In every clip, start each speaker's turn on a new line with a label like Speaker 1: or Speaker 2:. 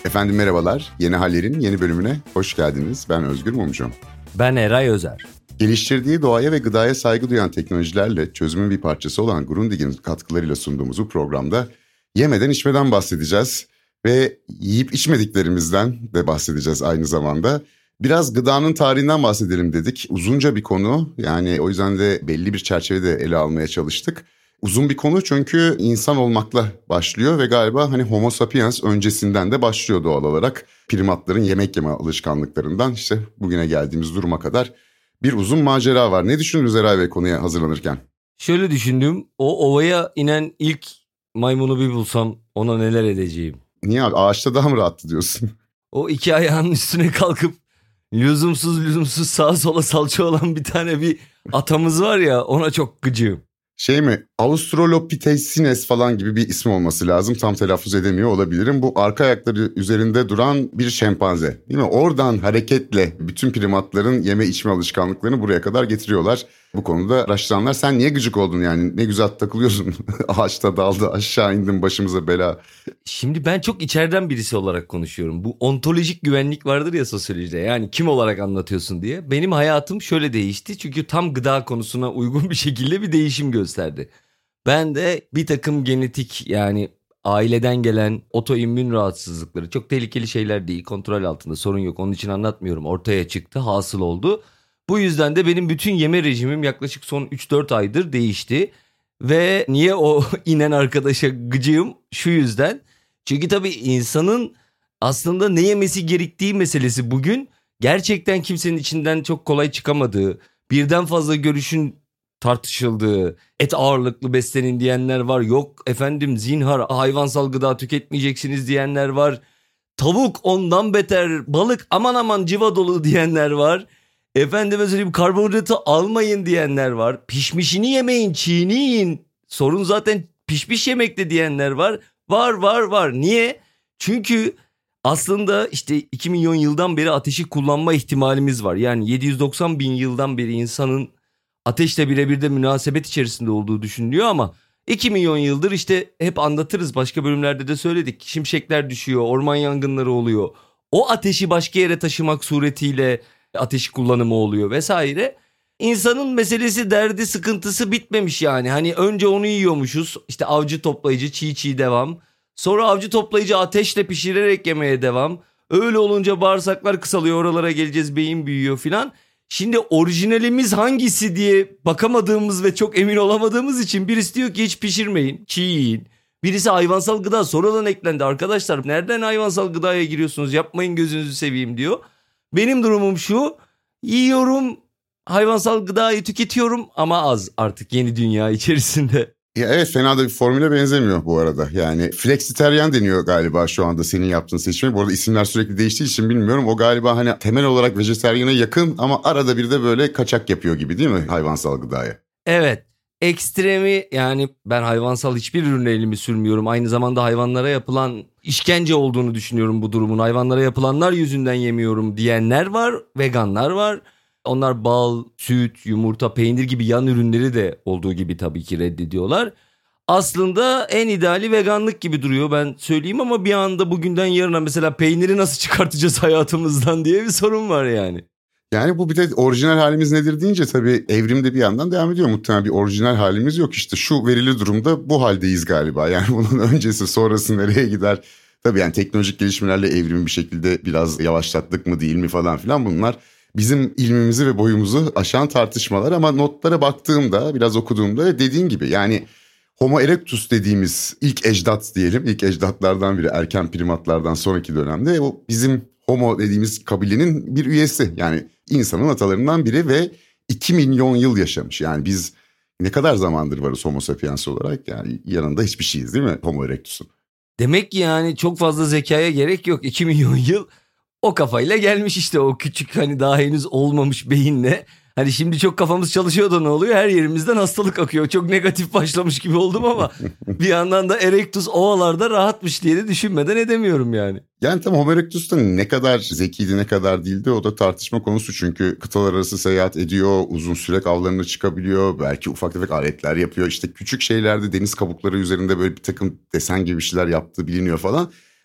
Speaker 1: Efendim merhabalar, Yeni Haller'in yeni bölümüne hoş geldiniz. Ben Özgür Mumcu.
Speaker 2: Ben Eray Özer.
Speaker 1: Geliştirdiği doğaya ve gıdaya saygı duyan teknolojilerle çözümün bir parçası olan Grundig'in katkılarıyla sunduğumuz bu programda yemeden içmeden bahsedeceğiz. Ve yiyip içmediklerimizden de bahsedeceğiz aynı zamanda. Biraz gıdanın tarihinden bahsedelim dedik. Uzunca bir konu, yani o yüzden de belli bir çerçevede ele almaya çalıştık. Uzun bir konu çünkü insan olmakla başlıyor ve galiba hani Homo sapiens öncesinden de başlıyor doğal olarak. Primatların yemek yeme alışkanlıklarından işte bugüne geldiğimiz duruma kadar bir uzun macera var. Ne düşündünüz Eray Bey konuya hazırlanırken?
Speaker 2: Şöyle düşündüm, o ovaya inen ilk maymunu bir bulsam ona neler edeceğim.
Speaker 1: Niye abi, ağaçta daha mı rahattı diyorsun?
Speaker 2: O iki ayağının üstüne kalkıp lüzumsuz sağa sola salça olan bir atamız var ya, ona çok gıcığım.
Speaker 1: Şey mi? Australopithecines falan gibi bir ismi olması lazım. Tam telaffuz edemiyor olabilirim. Bu arka ayakları üzerinde duran bir şempanze. Değil mi? Oradan hareketle bütün primatların yeme içme alışkanlıklarını buraya kadar getiriyorlar. Bu konuda araştıranlar, sen niye gıcık oldun yani? Ne güzel takılıyorsun. Ağaçta daldı, aşağı indin, başımıza bela.
Speaker 2: Şimdi ben çok içeriden birisi olarak konuşuyorum. Bu ontolojik güvenlik vardır ya sosyolojide. Yani kim olarak anlatıyorsun diye. Benim hayatım şöyle değişti. Çünkü tam gıda konusuna uygun bir şekilde bir değişim gösterdi. Ben de bir takım genetik, yani aileden gelen otoimmün rahatsızlıkları, çok tehlikeli şeyler değil, kontrol altında, sorun yok, onun için anlatmıyorum, ortaya çıktı, hasıl oldu. Bu yüzden de benim bütün yeme rejimim yaklaşık son 3-4 aydır değişti. Ve niye o inen arkadaşa gıcığım? Şu yüzden. Çünkü tabii insanın aslında ne yemesi gerektiği meselesi bugün gerçekten kimsenin içinden çok kolay çıkamadığı, birden fazla görüşün tartışıldığı, et ağırlıklı beslenin diyenler var. Yok efendim, zinhar hayvansal gıda tüketmeyeceksiniz diyenler var. Tavuk ondan beter, balık aman aman cıva dolu diyenler var. Efendime söyleyeyim, karbonhidratı almayın diyenler var. Pişmişini yemeyin, çiğini yiyin. Sorun zaten pişmiş yemekte diyenler var. Var. Niye? Çünkü aslında işte 2 milyon yıldan beri ateşi kullanma ihtimalimiz var. Yani 790 bin yıldan beri insanın ateşle birebir de münasebet içerisinde olduğu düşünülüyor ama 2 milyon yıldır işte hep anlatırız, başka bölümlerde de söyledik. Şimşekler düşüyor, orman yangınları oluyor. O ateşi başka yere taşımak suretiyle ateş kullanımı oluyor vesaire. İnsanın meselesi, derdi, sıkıntısı bitmemiş yani. Hani önce onu yiyormuşuz. İşte avcı toplayıcı çiğ devam. Sonra avcı toplayıcı ateşle pişirerek yemeye devam. Öyle olunca bağırsaklar kısalıyor, oralara geleceğiz, beyin büyüyor filan. Şimdi orijinalimiz hangisi diye bakamadığımız ve çok emin olamadığımız için birisi diyor ki hiç pişirmeyin, çiğ yiyin. Birisi hayvansal gıda sonradan eklendi. Arkadaşlar nereden hayvansal gıdaya giriyorsunuz, yapmayın gözünüzü seveyim diyor. Benim durumum şu: yiyorum, hayvansal gıdayı tüketiyorum ama az, artık yeni dünya içerisinde.
Speaker 1: Ya evet, fena da bir formüle benzemiyor bu arada. Yani flexitaryen deniyor galiba şu anda senin yaptığın seçime. Bu arada isimler sürekli değiştiği için bilmiyorum. O galiba hani temel olarak vejetaryene yakın ama arada bir de böyle kaçak yapıyor gibi, değil mi hayvansal gıdaya?
Speaker 2: Evet, ekstremi, yani ben hayvansal hiçbir ürüne elimi sürmüyorum. Aynı zamanda hayvanlara yapılan işkence olduğunu düşünüyorum bu durumun. Hayvanlara yapılanlar yüzünden yemiyorum diyenler var, veganlar var. Onlar bal, süt, yumurta, peynir gibi yan ürünleri de olduğu gibi tabii ki reddediyorlar. Aslında en ideali veganlık gibi duruyor, ben söyleyeyim, ama bir anda bugünden yarına mesela peyniri nasıl çıkartacağız hayatımızdan diye bir sorun var yani.
Speaker 1: Yani bu bir de orijinal halimiz nedir deyince tabii evrimde bir yandan devam ediyor. Muhtemelen bir orijinal halimiz yok, işte şu verili durumda bu haldeyiz galiba. Yani bunun öncesi sonrası nereye gider? Tabii yani teknolojik gelişmelerle evrimi bir şekilde biraz yavaşlattık mı değil mi falan filan, bunlar bizim ilmimizi ve boyumuzu aşan tartışmalar. Ama notlara baktığımda, biraz okuduğumda dediğin gibi yani Homo erectus dediğimiz ilk ecdat diyelim, ilk ecdatlardan biri, erken primatlardan sonraki dönemde o bizim Homo dediğimiz kabilenin bir üyesi. Yani insanın atalarından biri ve 2 milyon yıl yaşamış. Yani biz ne kadar zamandır varız Homo sapiens olarak, yani yanında hiçbir şeyiz değil mi Homo erectus'un?
Speaker 2: Demek ki yani çok fazla zekaya gerek yok, 2 milyon yıl o kafayla gelmiş işte, o küçük hani daha henüz olmamış beyinle. Hani şimdi çok kafamız çalışıyor da ne oluyor? Her yerimizden hastalık akıyor. Çok negatif başlamış gibi oldum ama bir yandan da Erectus ovalarda rahatmış diye de düşünmeden edemiyorum yani.
Speaker 1: Yani tam Homo erectus da ne kadar zekiydi ne kadar değildi, o da tartışma konusu. Çünkü kıtalar arası seyahat ediyor, uzun süre avlarına çıkabiliyor, belki ufak tefek aletler yapıyor. İşte küçük şeylerde deniz kabukları üzerinde böyle bir takım desen gibi bir şeyler yaptığı biliniyor falan.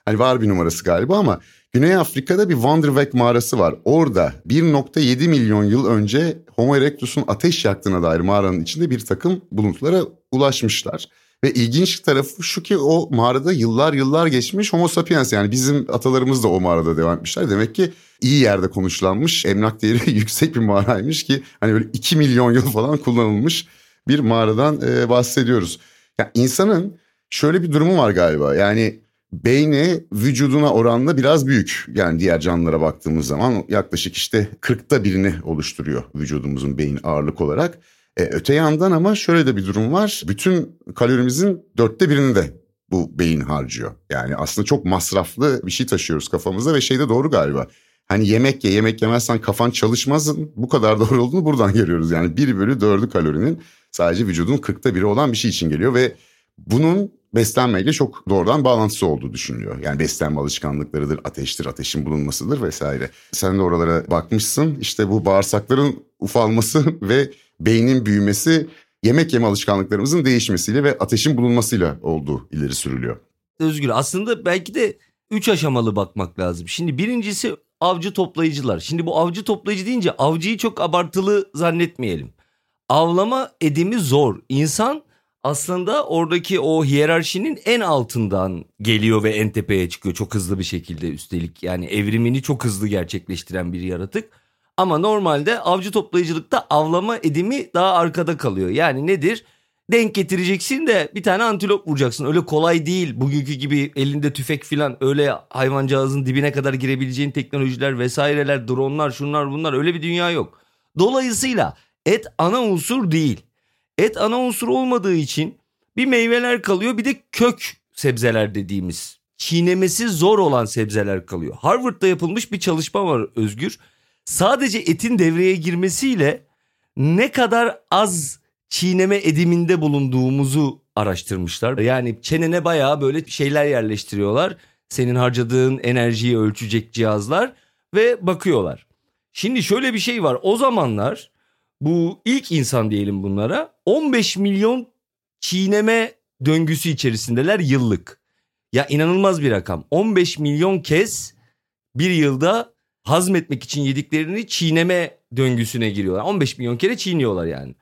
Speaker 1: Hani var bir numarası galiba ama Güney Afrika'da bir Wonderweg mağarası var. Orada 1,7 milyon yıl önce Homo erectus'un ateş yaktığına dair mağaranın içinde bir takım buluntulara ulaşmışlar. Ve ilginç tarafı şu ki o mağarada yıllar geçmiş Homo sapiens, yani bizim atalarımız da o mağarada devam etmişler. Demek ki iyi yerde konuşlanmış, emlak değeri yüksek bir mağaraymış ki hani böyle 2 milyon yıl falan kullanılmış bir mağaradan bahsediyoruz. Ya insanın şöyle bir durumu var galiba, yani beyni vücuduna oranla biraz büyük. Yani diğer canlılara baktığımız zaman yaklaşık işte 40'ta birini oluşturuyor vücudumuzun beyin ağırlık olarak. Öte yandan ama şöyle de bir durum var. Bütün kalorimizin 1/4'ünü de bu beyin harcıyor. Yani aslında çok masraflı bir şey taşıyoruz kafamızda ve şey de doğru galiba. Hani yemek yemezsen kafan çalışmazın bu kadar doğru olduğunu buradan görüyoruz. Yani 1/4'ü kalorinin sadece vücudun 40'ta biri olan bir şey için geliyor ve bunun beslenmeyle çok doğrudan bağlantısı olduğu düşünülüyor. Yani beslenme alışkanlıklarıdır, ateşin bulunmasıdır vesaire. Sen de oralara bakmışsın. İşte bu bağırsakların ufalması ve beynin büyümesi yemek yeme alışkanlıklarımızın değişmesiyle ve ateşin bulunmasıyla olduğu ileri sürülüyor.
Speaker 2: Özgür, aslında belki de 3 aşamalı bakmak lazım. Şimdi birincisi avcı toplayıcılar. Şimdi bu avcı toplayıcı deyince avcıyı çok abartılı zannetmeyelim. Avlama edimi zor. İnsan aslında oradaki o hiyerarşinin en altından geliyor ve en tepeye çıkıyor çok hızlı bir şekilde, üstelik yani evrimini çok hızlı gerçekleştiren bir yaratık. Ama normalde avcı toplayıcılıkta avlama edimi daha arkada kalıyor. Yani nedir? Denk getireceksin de bir tane antilop vuracaksın. Öyle kolay değil. Bugünkü gibi elinde tüfek falan, öyle hayvancağızın dibine kadar girebileceğin teknolojiler vesaireler, dronlar, şunlar bunlar, öyle bir dünya yok. Dolayısıyla et ana unsur değil. Et ana unsur olmadığı için bir meyveler kalıyor, bir de kök sebzeler dediğimiz çiğnemesi zor olan sebzeler kalıyor. Harvard'da yapılmış bir çalışma var Özgür. Sadece etin devreye girmesiyle ne kadar az çiğneme ediminde bulunduğumuzu araştırmışlar. Yani çenene bayağı böyle şeyler yerleştiriyorlar. Senin harcadığın enerjiyi ölçecek cihazlar ve bakıyorlar. Şimdi şöyle bir şey var. O zamanlar bu ilk insan diyelim bunlara, 15 milyon çiğneme döngüsü içerisindeler yıllık. Ya inanılmaz bir rakam. 15 milyon kez bir yılda hazmetmek için yediklerini çiğneme döngüsüne giriyorlar. 15 milyon kere çiğniyorlar yani.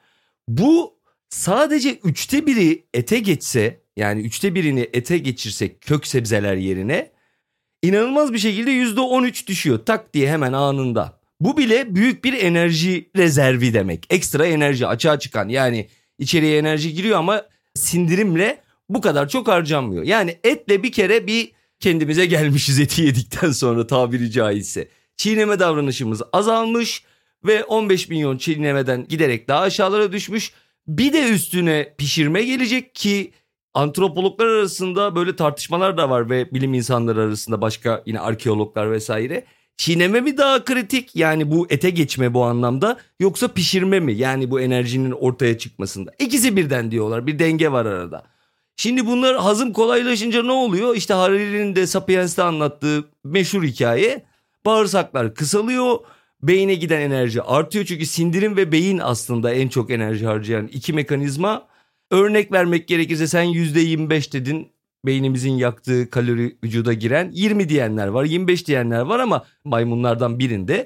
Speaker 2: Bu sadece 1/3 ete geçse, yani 1/3'ini ete geçirsek kök sebzeler yerine, inanılmaz bir şekilde %13 düşüyor tak diye, hemen anında. Bu bile büyük bir enerji rezervi demek. Ekstra enerji açığa çıkan, yani içeriye enerji giriyor ama sindirimle bu kadar çok harcanmıyor. Yani etle bir kere bir kendimize gelmişiz eti yedikten sonra, tabiri caizse. Çiğneme davranışımız azalmış ve 15 milyon çiğnemeden giderek daha aşağılara düşmüş. Bir de üstüne pişirme gelecek ki antropologlar arasında böyle tartışmalar da var ve bilim insanları arasında, başka yine arkeologlar vesaire. Çiğneme mi daha kritik, yani bu ete geçme bu anlamda, yoksa pişirme mi, yani bu enerjinin ortaya çıkmasında? İkisi birden diyorlar, bir denge var arada. Şimdi bunlar hazım kolaylaşınca ne oluyor? İşte Harari'nin de Sapiens'te anlattığı meşhur hikaye, bağırsaklar kısalıyor, beyne giden enerji artıyor. Çünkü sindirim ve beyin aslında en çok enerji harcayan iki mekanizma. Örnek vermek gerekirse sen %25 dedin, beynimizin yaktığı kalori vücuda giren, 20 diyenler var, 25 diyenler var ama maymunlardan birinde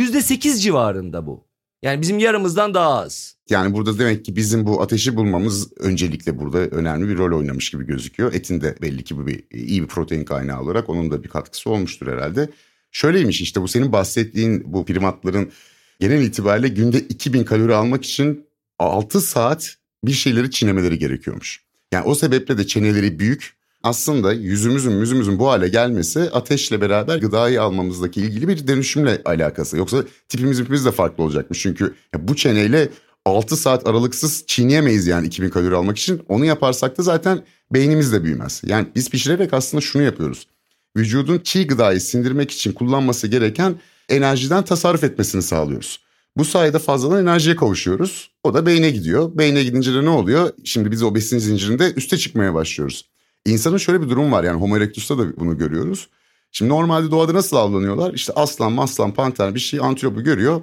Speaker 2: %8 civarında bu. Yani bizim yarımızdan daha az.
Speaker 1: Yani burada demek ki bizim bu ateşi bulmamız öncelikle burada önemli bir rol oynamış gibi gözüküyor. Etin de belli ki bu iyi bir protein kaynağı olarak onun da bir katkısı olmuştur herhalde. Şöyleymiş işte, bu senin bahsettiğin bu primatların genel itibariyle günde 2000 kalori almak için 6 saat bir şeyleri çiğnemeleri gerekiyormuş. Yani o sebeple de çeneleri büyük. Aslında yüzümüzün bu hale gelmesi ateşle beraber gıdayı almamızdaki ilgili bir dönüşümle alakası. Yoksa tipimiz de farklı olacakmış. Çünkü bu çeneyle 6 saat aralıksız çiğneyemeyiz yani 2000 kalori almak için. Onu yaparsak da zaten beynimiz de büyümez. Yani biz pişirerek aslında şunu yapıyoruz. Vücudun çiğ gıdayı sindirmek için kullanması gereken enerjiden tasarruf etmesini sağlıyoruz. Bu sayede fazladan enerjiye kavuşuyoruz. O da beyne gidiyor. Beyne gidince de ne oluyor? Şimdi biz o besin zincirinde üste çıkmaya başlıyoruz. İnsanın şöyle bir durum var, yani Homo erectus'ta da bunu görüyoruz. Şimdi normalde doğada nasıl avlanıyorlar? İşte aslan, panter bir şey antilopu görüyor.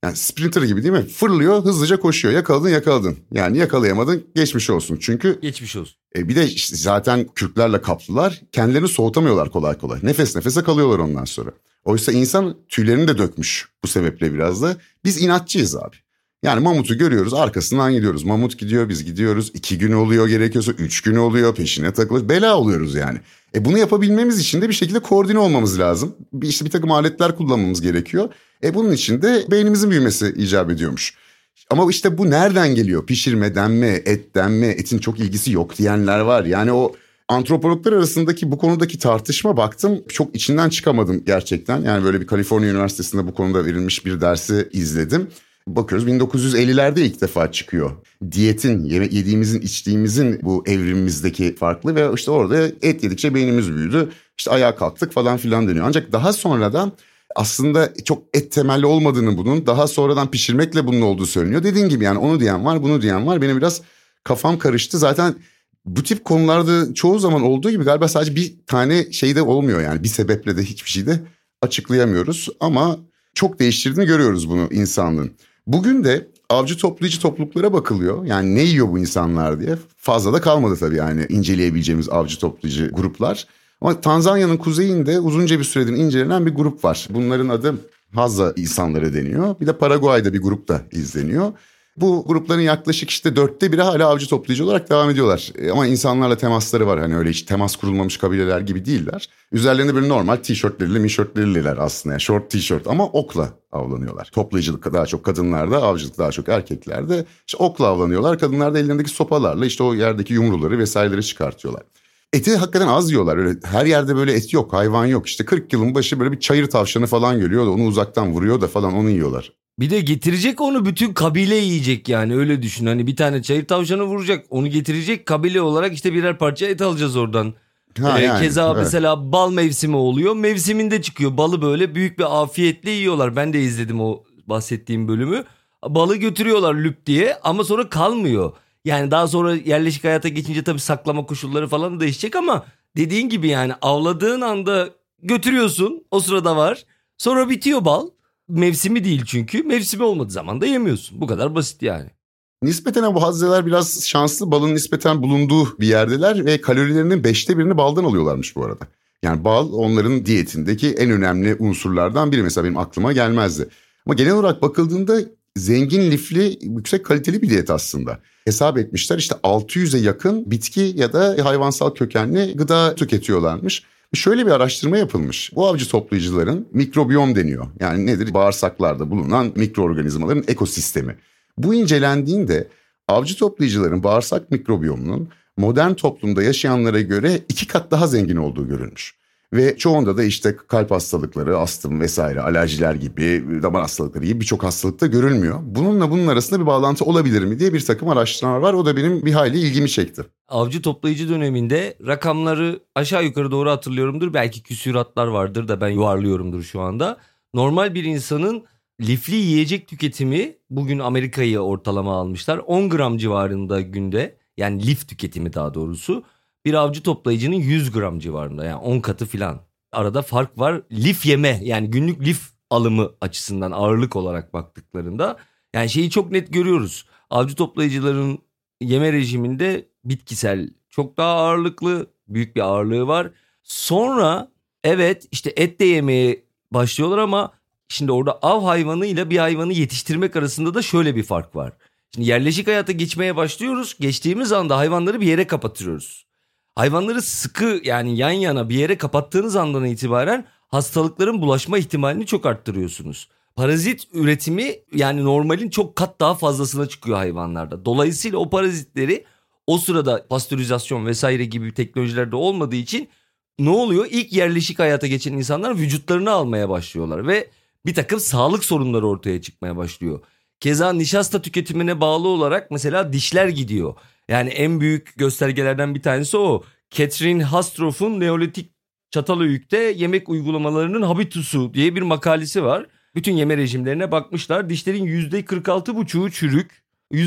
Speaker 1: Yani sprinter gibi değil mi? Fırlıyor, hızlıca koşuyor. Yakaladın. Yani yakalayamadın, geçmiş olsun. Çünkü
Speaker 2: Geçmiş olsun.
Speaker 1: bir de işte zaten kürklerle kaplılar. Kendilerini soğutamıyorlar kolay kolay. Nefes nefese kalıyorlar ondan sonra. Oysa insan tüylerini de dökmüş bu sebeple biraz da. Biz inatçıyız abi. Yani mamutu görüyoruz, arkasından gidiyoruz. Mamut gidiyor, biz gidiyoruz. 2 gün oluyor gerekiyorsa, 3 gün oluyor, peşine takılıyoruz. Bela oluyoruz yani. Bunu yapabilmemiz için de bir şekilde koordine olmamız lazım. Bir takım aletler kullanmamız gerekiyor. Bunun için de beynimizin büyümesi icap ediyormuş. Ama işte bu nereden geliyor? Pişirmeden mi, etten mi? Etin çok ilgisi yok diyenler var. Yani o antropologlar arasındaki bu konudaki tartışma, baktım çok içinden çıkamadım gerçekten. Yani böyle bir Kaliforniya Üniversitesi'nde bu konuda verilmiş bir dersi izledim. Bakıyoruz 1950'lerde ilk defa çıkıyor. Diyetin, yediğimizin, içtiğimizin bu evrimimizdeki farklı ve işte orada et yedikçe beynimiz büyüdü. İşte ayağa kalktık falan filan deniyor. Ancak daha sonradan aslında çok et temelli olmadığını, bunun daha sonradan pişirmekle bunun olduğu söyleniyor. Dediğin gibi yani onu diyen var, bunu diyen var. Benim biraz kafam karıştı. Zaten bu tip konularda çoğu zaman olduğu gibi galiba sadece bir tane şeyde olmuyor yani. Bir sebeple de hiçbir şey de açıklayamıyoruz ama çok değiştirdiğini görüyoruz bunu insanlığın. Bugün de avcı toplayıcı topluluklara bakılıyor. Yani ne yiyor bu insanlar diye. Fazla da kalmadı tabii yani inceleyebileceğimiz avcı toplayıcı gruplar. Ama Tanzanya'nın kuzeyinde uzunca bir süredir incelenen bir grup var. Bunların adı Hadza insanları deniyor. Bir de Paraguay'da bir grup da izleniyor. Bu grupların yaklaşık işte 1/4'ü hala avcı toplayıcı olarak devam ediyorlar. Ama insanlarla temasları var. Hani öyle hiç temas kurulmamış kabileler gibi değiller. Üzerlerinde böyle normal tişörtleriyle mişörtleriler aslında. Yani short tişört ama okla avlanıyorlar. Toplayıcılık daha çok kadınlarda, avcılık daha çok erkeklerde. İşte okla avlanıyorlar. Kadınlar da ellerindeki sopalarla işte o yerdeki yumruları vesaireleri çıkartıyorlar. Eti hakikaten az yiyorlar. Öyle her yerde böyle et yok, hayvan yok. İşte 40 yılın başı böyle bir çayır tavşanı falan görüyor da onu uzaktan vuruyor da falan, onu yiyorlar.
Speaker 2: Bir de getirecek onu, bütün kabile yiyecek yani, öyle düşün. Hani bir tane çayır tavşanı vuracak, onu getirecek, kabile olarak işte birer parça et alacağız oradan. Keza evet. Mesela bal mevsimi oluyor, mevsiminde çıkıyor balı, böyle büyük bir afiyetle yiyorlar. Ben de izledim o bahsettiğim bölümü. Balı götürüyorlar lüp diye ama sonra kalmıyor. Yani daha sonra yerleşik hayata geçince tabii saklama koşulları falan da değişecek ama dediğin gibi yani avladığın anda götürüyorsun, o sırada var. Sonra bitiyor bal. Mevsimi değil çünkü. Mevsimi olmadığı zaman da yemiyorsun. Bu kadar basit yani.
Speaker 1: Nispeten bu hazzeler biraz şanslı, balın nispeten bulunduğu bir yerdeler ve kalorilerinin 1/5'ini baldan alıyorlarmış bu arada. Yani bal onların diyetindeki en önemli unsurlardan biri. Mesela benim aklıma gelmezdi. Ama genel olarak bakıldığında zengin lifli, yüksek kaliteli bir diyet aslında. Hesap etmişler, işte 600'e yakın bitki ya da hayvansal kökenli gıda tüketiyorlarmış. Şöyle bir araştırma yapılmış. Bu avcı toplayıcıların mikrobiyom deniyor. Yani nedir? Bağırsaklarda bulunan mikroorganizmaların ekosistemi. Bu incelendiğinde avcı toplayıcıların bağırsak mikrobiyomunun modern toplumda yaşayanlara göre 2 kat daha zengin olduğu görülmüş. Ve çoğunda da işte kalp hastalıkları, astım vesaire, alerjiler gibi, damar hastalıkları gibi birçok hastalıkta görülmüyor. Bununla bunun arasında bir bağlantı olabilir mi diye bir takım araştırmalar var. O da benim bir hayli ilgimi çekti.
Speaker 2: Avcı toplayıcı döneminde rakamları aşağı yukarı doğru hatırlıyorumdur. Belki küsuratlar vardır da ben yuvarlıyorumdur şu anda. Normal bir insanın lifli yiyecek tüketimi, bugün Amerika'yı ortalama almışlar, 10 gram civarında günde, yani lif tüketimi daha doğrusu. Bir avcı toplayıcının 100 gram civarında, yani 10 katı filan. Arada fark var. Lif yeme, yani günlük lif alımı açısından ağırlık olarak baktıklarında yani şeyi çok net görüyoruz. Avcı toplayıcıların yeme rejiminde bitkisel çok daha ağırlıklı, büyük bir ağırlığı var. Sonra evet işte et de yemeye başlıyorlar ama şimdi orada av hayvanıyla bir hayvanı yetiştirmek arasında da şöyle bir fark var. Şimdi yerleşik hayata geçmeye başlıyoruz. Geçtiğimiz anda hayvanları bir yere kapatıyoruz. Hayvanları sıkı, yani yan yana bir yere kapattığınız andan itibaren hastalıkların bulaşma ihtimalini çok arttırıyorsunuz. Parazit üretimi yani normalin çok kat daha fazlasına çıkıyor hayvanlarda. Dolayısıyla o parazitleri o sırada pastörizasyon vesaire gibi teknolojilerde olmadığı için ne oluyor? İlk yerleşik hayata geçen insanlar vücutlarını almaya başlıyorlar ve bir takım sağlık sorunları ortaya çıkmaya başlıyor. Keza nişasta tüketimine bağlı olarak mesela dişler gidiyor. Yani en büyük göstergelerden bir tanesi o. Catherine Hastroff'un Neolitik Çatalhöyük'te yemek uygulamalarının habitusu diye bir makalesi var. Bütün yeme rejimlerine bakmışlar. Dişlerin %46,5'u çürük,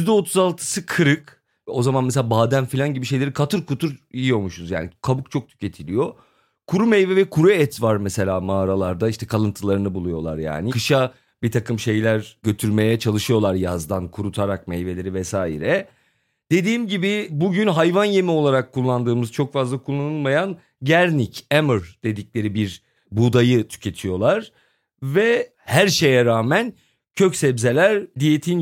Speaker 2: %36'sı kırık. O zaman mesela badem falan gibi şeyleri katır kutur yiyormuşuz. Yani kabuk çok tüketiliyor. Kuru meyve ve kuru et var mesela mağaralarda. İşte kalıntılarını buluyorlar yani. Kışa bir takım şeyler götürmeye çalışıyorlar yazdan kurutarak meyveleri vesaire. Dediğim gibi bugün hayvan yemi olarak kullandığımız çok fazla kullanılmayan gernik, emmer dedikleri bir buğdayı tüketiyorlar. Ve her şeye rağmen kök sebzeler diyetin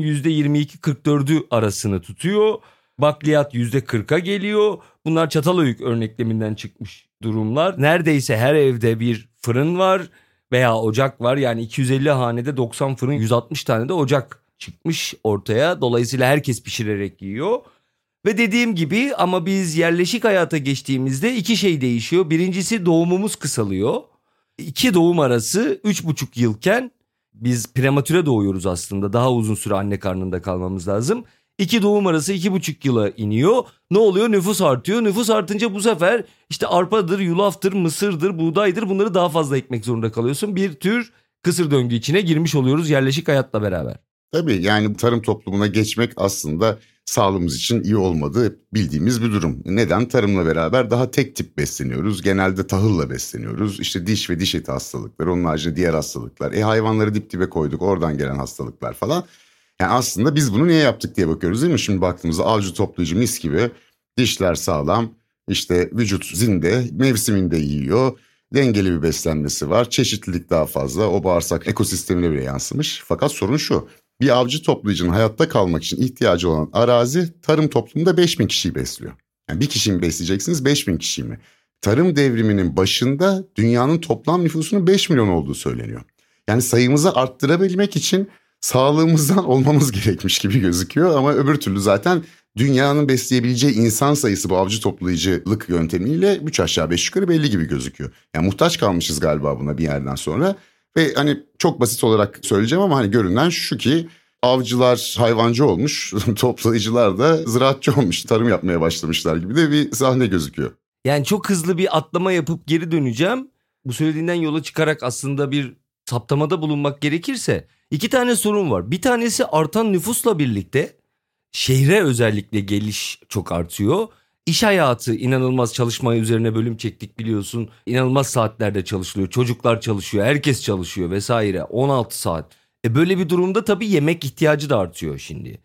Speaker 2: %22-44'ü arasını tutuyor. Bakliyat %40'a geliyor. Bunlar Çatalhöyük örnekleminden çıkmış durumlar. Neredeyse her evde bir fırın var veya ocak var. Yani 250 hanede 90 fırın, 160 tane de ocak çıkmış ortaya. Dolayısıyla herkes pişirerek yiyor. Ve dediğim gibi ama biz yerleşik hayata geçtiğimizde iki şey değişiyor. Birincisi doğumumuz kısalıyor. İki doğum arası 3,5 yılken biz prematüre doğuyoruz aslında. Daha uzun süre anne karnında kalmamız lazım. İki doğum arası 2,5 yıla iniyor. Ne oluyor? Nüfus artıyor. Nüfus artınca bu sefer işte arpadır, yulaftır, mısırdır, buğdaydır, bunları daha fazla ekmek zorunda kalıyorsun. Bir tür kısır döngü içine girmiş oluyoruz yerleşik hayatla beraber.
Speaker 1: Tabii yani tarım toplumuna geçmek aslında sağlığımız için iyi olmadığı bildiğimiz bir durum. Neden? Tarımla beraber daha tek tip besleniyoruz. Genelde tahılla besleniyoruz. İşte diş ve diş eti hastalıkları, onun haricinde diğer hastalıklar. Hayvanları dip dibe koyduk, oradan gelen hastalıklar falan. Yani aslında biz bunu niye yaptık diye bakıyoruz değil mi? Şimdi baktığımızda avcı toplayıcı mis gibi, dişler sağlam, işte vücut zinde, mevsiminde yiyor. Dengeli bir beslenmesi var, çeşitlilik daha fazla, o bağırsak ekosistemine bile yansımış. Fakat sorun şu: bir avcı toplayıcının hayatta kalmak için ihtiyacı olan arazi tarım toplumunda 5.000 kişiyi besliyor. Yani bir kişiyi mi besleyeceksiniz, 5.000 kişiyi mi? Tarım devriminin başında dünyanın toplam nüfusunun 5 milyon olduğu söyleniyor. Yani sayımızı arttırabilmek için sağlığımızdan olmamız gerekmiş gibi gözüküyor. Ama öbür türlü zaten dünyanın besleyebileceği insan sayısı bu avcı toplayıcılık yöntemiyle 3 aşağı 5 yukarı belli gibi gözüküyor. Yani muhtaç kalmışız galiba buna bir yerden sonra. Ve hani çok basit olarak söyleyeceğim ama hani görünen şu ki avcılar hayvancı olmuş, toplayıcılar da ziraatçı olmuş, tarım yapmaya başlamışlar gibi de bir sahne gözüküyor.
Speaker 2: Yani çok hızlı bir atlama yapıp geri döneceğim. Bu söylediğinden yola çıkarak aslında bir saptamada bulunmak gerekirse 2 tane sorun var. Bir tanesi artan nüfusla birlikte şehre özellikle geliş çok artıyor. İş hayatı inanılmaz, çalışma üzerine bölüm çektik biliyorsun. İnanılmaz saatlerde çalışılıyor. Çocuklar çalışıyor, herkes çalışıyor vesaire. 16 saat. Böyle bir durumda tabii yemek ihtiyacı da artıyor şimdi.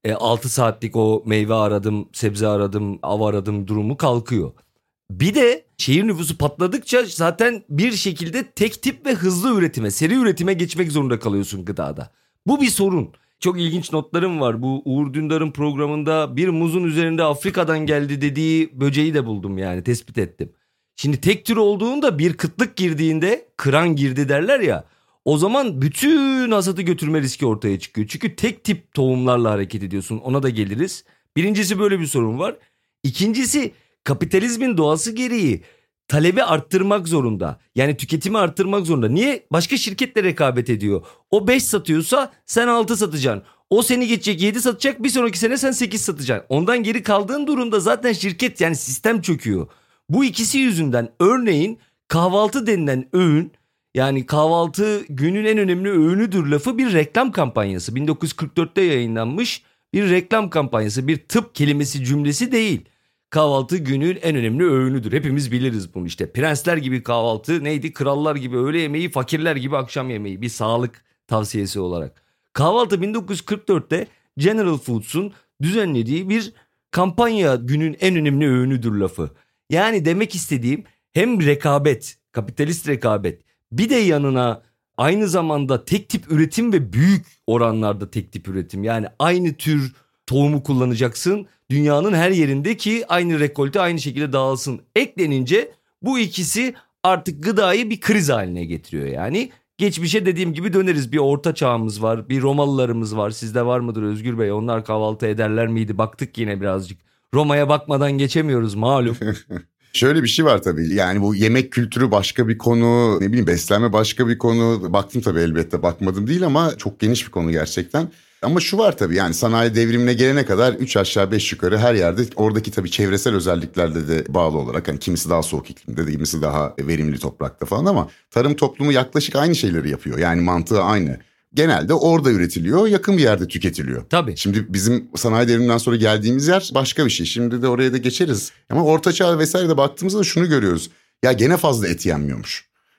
Speaker 2: 6 saatlik o meyve aradım, sebze aradım, av aradım durumu kalkıyor. Bir de şehir nüfusu patladıkça zaten bir şekilde tek tip ve hızlı üretime, seri üretime geçmek zorunda kalıyorsun gıdada. Bu bir sorun. Çok ilginç notlarım var. Bu Uğur Dündar'ın programında bir muzun üzerinde Afrika'dan geldi dediği böceği de buldum, yani tespit ettim. Şimdi tek tür olduğunda, bir kıtlık girdiğinde, kıran girdi derler ya, o zaman bütün hasatı götürme riski ortaya çıkıyor. Çünkü tek tip tohumlarla hareket ediyorsun, ona da geliriz. Birincisi böyle bir sorun var. İkincisi kapitalizmin doğası gereği talebi arttırmak zorunda. Yani tüketimi arttırmak zorunda. Niye? Başka şirketle rekabet ediyor. O 5 satıyorsa sen 6 satacaksın. O seni geçecek 7 satacak, bir sonraki sene sen 8 satacaksın. Ondan geri kaldığın durumda zaten şirket, yani sistem çöküyor. Bu ikisi yüzünden örneğin kahvaltı denilen öğün, yani kahvaltı günün en önemli öğünüdür lafı bir reklam kampanyası. 1944'te yayınlanmış bir reklam kampanyası, bir tıp kelimesi cümlesi değil. Kahvaltı günün en önemli öğünüdür. Hepimiz biliriz bunu işte. Prensler gibi kahvaltı neydi? Krallar gibi öğle yemeği, fakirler gibi akşam yemeği. Bir sağlık tavsiyesi olarak. Kahvaltı 1944'te General Foods'un düzenlediği bir kampanya, günün en önemli öğünüdür lafı. Yani demek istediğim hem rekabet, kapitalist rekabet, bir de yanına aynı zamanda tek tip üretim ve büyük oranlarda tek tip üretim. Yani aynı tür tohumu kullanacaksın dünyanın her yerinde ki aynı rekolte aynı şekilde dağılsın. Eklenince bu ikisi artık gıdayı bir kriz haline getiriyor yani. Geçmişe dediğim gibi döneriz. Bir orta çağımız var, bir Romalılarımız var. Sizde var mıdır Özgür Bey? Onlar kahvaltı ederler miydi? Baktık yine birazcık. Roma'ya bakmadan geçemiyoruz malum.
Speaker 1: Şöyle bir şey var tabii, yani bu yemek kültürü başka bir konu, ne bileyim beslenme başka bir konu. Baktım tabii, elbette bakmadım değil ama çok geniş bir konu gerçekten. Ama şu var tabii, yani sanayi devrimine gelene kadar 3 aşağı 5 yukarı her yerde oradaki tabii çevresel özelliklerle de bağlı olarak, hani kimisi daha soğuk iklimde, kimisi daha verimli toprakta falan, ama tarım toplumu yaklaşık aynı şeyleri yapıyor. Yani mantığı aynı. Genelde orada üretiliyor, yakın bir yerde tüketiliyor.
Speaker 2: Tabii.
Speaker 1: Şimdi bizim sanayi devriminden sonra geldiğimiz yer başka bir şey. Şimdi de oraya da geçeriz. Ama Orta Çağ vesaire de baktığımızda şunu görüyoruz. Ya gene fazla et yenmiyormuş.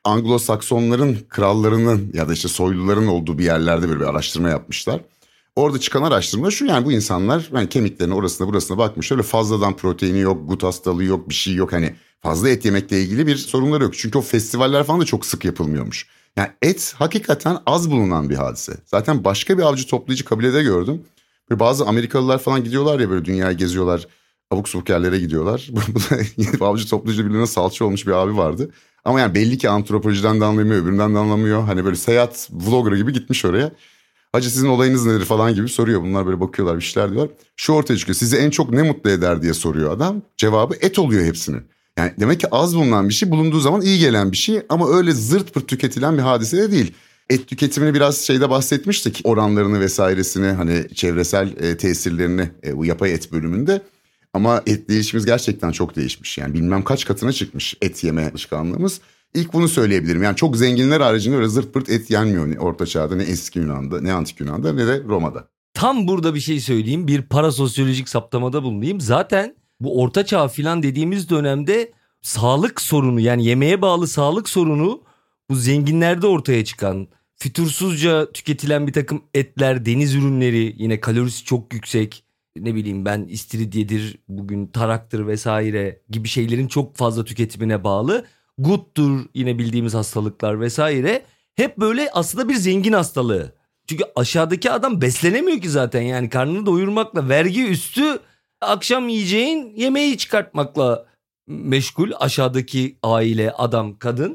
Speaker 1: Anglo-Saksonların krallarının ya da işte soyluların olduğu bir yerlerde böyle bir araştırma yapmışlar. Orada çıkan araştırma şu, yani bu insanlar yani kemiklerine orasına burasına bakmış. Öyle fazladan proteini yok, gut hastalığı yok, bir şey yok. Hani fazla et yemekle ilgili bir sorunları yok. Çünkü o festivaller falan da çok sık yapılmıyormuş. Yani et hakikaten az bulunan bir hadise. Zaten başka bir avcı toplayıcı kabilede gördüm. Böyle bazı Amerikalılar falan gidiyorlar ya, böyle dünyayı geziyorlar. Abuk subuk yerlere gidiyorlar. Bu da avcı toplayıcı birine salça olmuş bir abi vardı. Ama yani belli ki antropolojiden de anlamıyor, öbüründen de anlamıyor. Hani böyle seyahat vlogger gibi gitmiş oraya. Hacı sizin olayınız nedir falan gibi soruyor. Bunlar böyle bakıyorlar, bir şeyler diyorlar. Şu ortaya çıkıyor. Sizi en çok ne mutlu eder diye soruyor adam. Cevabı et oluyor hepsinin. Yani demek ki az bulunan bir şey, bulunduğu zaman iyi gelen bir şey. Ama öyle zırt pırt tüketilen bir hadise de değil. Et tüketimini biraz şeyde bahsetmiştik. Oranlarını vesairesini, hani çevresel tesirlerini bu yapay et bölümünde. Ama et değişimiz gerçekten çok değişmiş. Yani bilmem kaç katına çıkmış et yeme alışkanlığımız. İlk bunu söyleyebilirim. Yani çok zenginler haricinde öyle zırt pırt et yenmiyor. Ne Orta Çağ'da, ne eski Yunan'da, ne antik Yunan'da, ne de Roma'da.
Speaker 2: Tam burada bir şey söyleyeyim. Bir parasosyolojik saptamada bulunayım. Zaten bu Orta Çağ falan dediğimiz dönemde sağlık sorunu, yani yemeğe bağlı sağlık sorunu bu zenginlerde ortaya çıkan, fütursuzca tüketilen bir takım etler, deniz ürünleri, yine kalorisi çok yüksek. Ne bileyim ben, istiridyedir, bugün taraktır vesaire gibi şeylerin çok fazla tüketimine bağlı. Guttur, yine bildiğimiz hastalıklar vesaire. Hep böyle aslında bir zengin hastalığı. Çünkü aşağıdaki adam beslenemiyor ki zaten, yani karnını doyurmakla, vergi üstü akşam yiyeceğin yemeği çıkartmakla meşgul aşağıdaki aile, adam, kadın.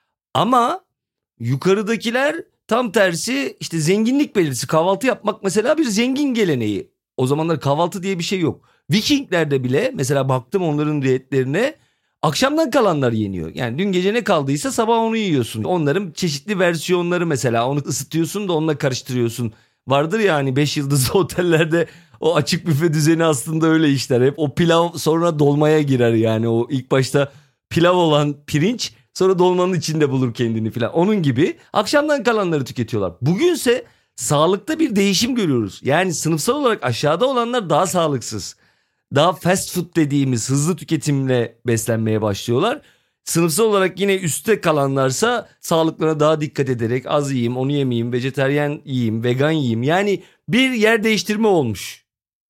Speaker 2: Ama yukarıdakiler tam tersi, işte zenginlik belirtisi, kahvaltı yapmak mesela bir zengin geleneği. O zamanlar kahvaltı diye bir şey yok. Vikinglerde bile mesela baktım onların diyetlerine, akşamdan kalanlar yeniyor. Yani dün gece ne kaldıysa sabah onu yiyorsun. Onların çeşitli versiyonları, mesela onu ısıtıyorsun da onunla karıştırıyorsun. Vardır ya hani 5 yıldızlı otellerde o açık büfe düzeni aslında öyle işler. Hep o pilav sonra dolmaya girer, yani o ilk başta pilav olan pirinç sonra dolmanın içinde bulur kendini falan. Onun gibi akşamdan kalanları tüketiyorlar. Bugünse sağlıkta bir değişim görüyoruz. Yani sınıfsal olarak aşağıda olanlar daha sağlıksız, daha fast food dediğimiz hızlı tüketimle beslenmeye başlıyorlar. Sınıfsal olarak yine üstte kalanlarsa sağlıklarına daha dikkat ederek az yiyeyim, onu yemeyeyim, vejeteryan yiyeyim, vegan yiyeyim. Yani bir yer değiştirme olmuş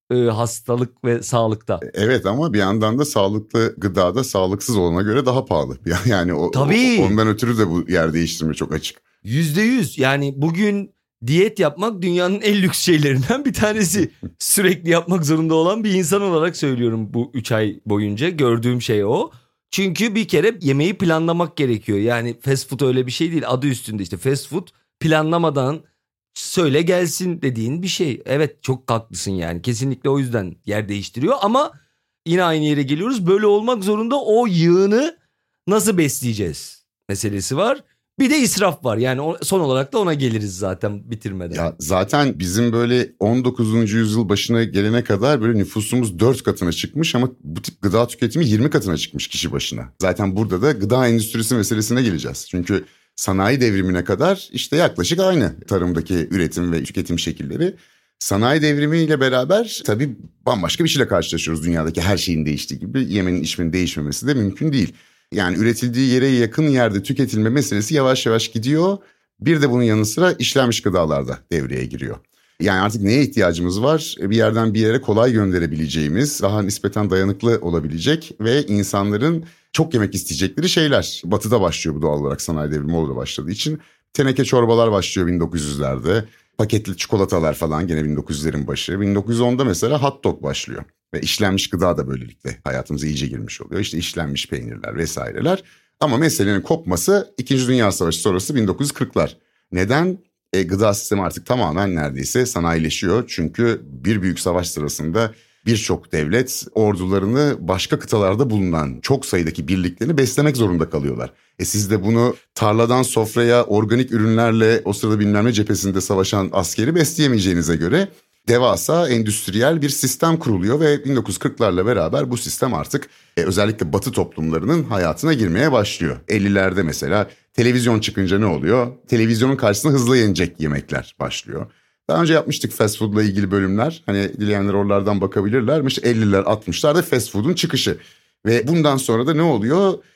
Speaker 2: hastalık ve sağlıkta.
Speaker 1: Evet, ama bir yandan da sağlıklı gıda da sağlıksız olana göre daha pahalı. Yani
Speaker 2: Tabii.
Speaker 1: Ondan ötürü de bu yer değiştirme çok açık.
Speaker 2: %100, yani bugün diyet yapmak dünyanın en lüks şeylerinden bir tanesi. Sürekli yapmak zorunda olan bir insan olarak söylüyorum, bu 3 ay boyunca gördüğüm şey o. Çünkü bir kere yemeği planlamak gerekiyor. Yani fast food öyle bir şey değil, adı üstünde işte fast food, planlamadan söyle gelsin dediğin bir şey. Evet, çok haklısın, yani kesinlikle o yüzden yer değiştiriyor ama yine aynı yere geliyoruz. Böyle olmak zorunda, o yığını nasıl besleyeceğiz meselesi var. Bir de israf var, yani son olarak da ona geliriz zaten bitirmeden.
Speaker 1: Ya zaten bizim böyle 19. yüzyıl başına gelene kadar böyle nüfusumuz 4 katına çıkmış ama bu tip gıda tüketimi 20 katına çıkmış kişi başına. Zaten burada da gıda endüstrisi meselesine geleceğiz. Çünkü sanayi devrimine kadar işte yaklaşık aynı tarımdaki üretim ve tüketim şekilleri. Sanayi devrimiyle beraber tabii bambaşka bir şeyle karşılaşıyoruz. Dünyadaki her şeyin değiştiği gibi yemenin içmenin değişmemesi de mümkün değil. Yani üretildiği yere yakın yerde tüketilme meselesi yavaş yavaş gidiyor. Bir de bunun yanı sıra işlenmiş gıdalarda devreye giriyor. Yani artık neye ihtiyacımız var? Bir yerden bir yere kolay gönderebileceğimiz, daha nispeten dayanıklı olabilecek ve insanların çok yemek isteyecekleri şeyler. Batı'da başlıyor bu doğal olarak, sanayi devrimi orada başladığı için. Teneke çorbalar başlıyor 1900'lerde. Paketli çikolatalar falan gene 1900'lerin başı. 1910'da mesela hot dog başlıyor. Ve işlenmiş gıda da böylelikle hayatımıza iyice girmiş oluyor. İşte işlenmiş peynirler vesaireler. Ama meselenin kopması 2. Dünya Savaşı sonrası 1940'lar. Neden? Gıda sistemi artık tamamen neredeyse sanayileşiyor. Çünkü bir büyük savaş sırasında birçok devlet ordularını başka kıtalarda bulunan çok sayıdaki birliklerini beslemek zorunda kalıyorlar. Siz de bunu tarladan sofraya organik ürünlerle o sırada bilmem ne cephesinde savaşan askeri besleyemeyeceğinize göre devasa endüstriyel bir sistem kuruluyor ve 1940'larla beraber bu sistem artık özellikle Batı toplumlarının hayatına girmeye başlıyor. 50'lerde mesela televizyon çıkınca ne oluyor? Televizyonun karşısına hızlı yenecek yemekler başlıyor. Daha önce yapmıştık fast food'la ilgili bölümler. Hani dileyenler oralardan bakabilirler. 50'ler 60'larda fast food'un çıkışı. Ve bundan sonra da ne oluyor?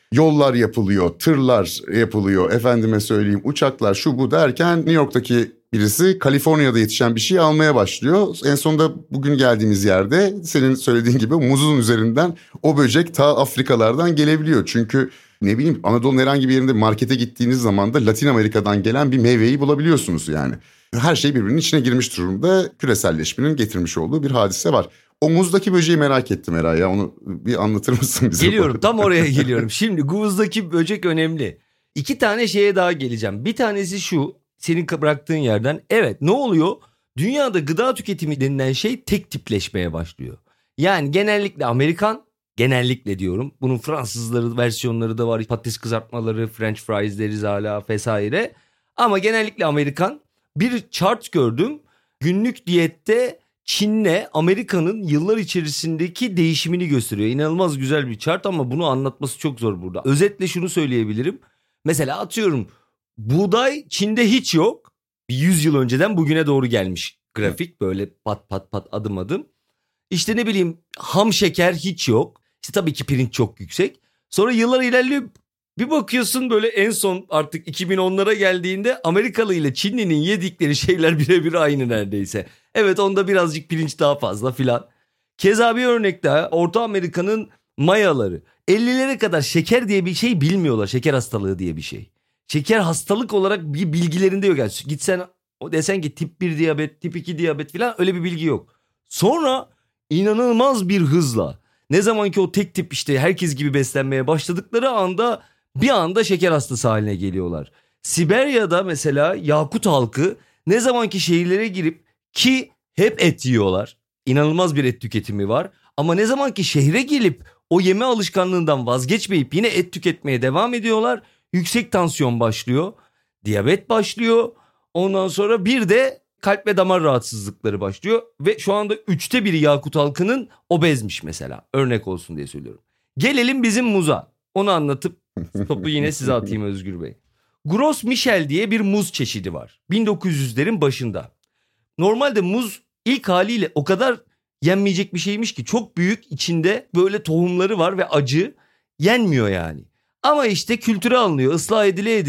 Speaker 1: Yollar yapılıyor, tırlar yapılıyor, efendime söyleyeyim uçaklar şu bu derken New York'taki birisi Kaliforniya'da yetişen bir şey almaya başlıyor. En sonunda bugün geldiğimiz yerde senin söylediğin gibi muzun üzerinden o böcek ta Afrikalardan gelebiliyor. Çünkü ne bileyim Anadolu'nun herhangi bir yerinde markete gittiğiniz zaman da Latin Amerika'dan gelen bir meyveyi bulabiliyorsunuz yani. Her şey birbirinin içine girmiş durumda, küreselleşmenin getirmiş olduğu bir hadise var. O muzdaki böceği merak ettim Eray ya, onu bir anlatır mısın bize?
Speaker 2: Geliyorum, tam oraya geliyorum. Şimdi muzdaki böcek önemli. 2 tane şeye daha geleceğim. Bir tanesi şu, senin bıraktığın yerden. Evet, ne oluyor? Dünyada gıda tüketimi denilen şey tek tipleşmeye başlıyor. Yani genellikle Amerikan, genellikle diyorum. Bunun Fransızları versiyonları da var. Patates kızartmaları, French fries deriz hala vesaire. Ama genellikle Amerikan. Bir chart gördüm. Günlük diyette Çin'le Amerika'nın yıllar içerisindeki değişimini gösteriyor. İnanılmaz güzel bir chart ama bunu anlatması çok zor burada. Özetle şunu söyleyebilirim. Mesela atıyorum, buğday Çin'de hiç yok. Bir 100 yıl önceden bugüne doğru gelmiş grafik, böyle pat pat pat adım adım. İşte ne bileyim, ham şeker hiç yok. İşte tabii ki pirinç çok yüksek. Sonra yıllar ilerliyor. Bir bakıyorsun böyle en son artık 2010'lara geldiğinde Amerikalı ile Çinli'nin yedikleri şeyler birebir aynı neredeyse. Evet, onda birazcık pirinç daha fazla filan. Keza bir örnek daha, Orta Amerika'nın Mayaları. 50'lere kadar şeker diye bir şey bilmiyorlar. Şeker hastalığı diye bir şey. Şeker hastalık olarak bir bilgilerinde yok. Yani gitsen desen ki tip 1 diyabet, tip 2 diyabet filan, öyle bir bilgi yok. Sonra inanılmaz bir hızla, ne zaman ki o tek tip işte herkes gibi beslenmeye başladıkları anda bir anda şeker hastası haline geliyorlar. Siberya'da mesela Yakut halkı ne zaman ki şehirlere girip, ki hep et yiyorlar, İnanılmaz bir et tüketimi var. Ama ne zaman ki şehre gelip o yeme alışkanlığından vazgeçmeyip yine et tüketmeye devam ediyorlar, yüksek tansiyon başlıyor, diyabet başlıyor. Ondan sonra bir de kalp ve damar rahatsızlıkları başlıyor. Ve şu anda 1/3 Yakut halkının obezmiş mesela. Örnek olsun diye söylüyorum. Gelelim bizim muza. Onu anlatıp topu yine size atayım Özgür Bey. Gros Michel diye bir muz çeşidi var. 1900'lerin başında. Normalde muz ilk haliyle o kadar yenmeyecek bir şeymiş ki, çok büyük, içinde böyle tohumları var ve acı, yenmiyor yani. Ama işte kültüre alınıyor, ıslah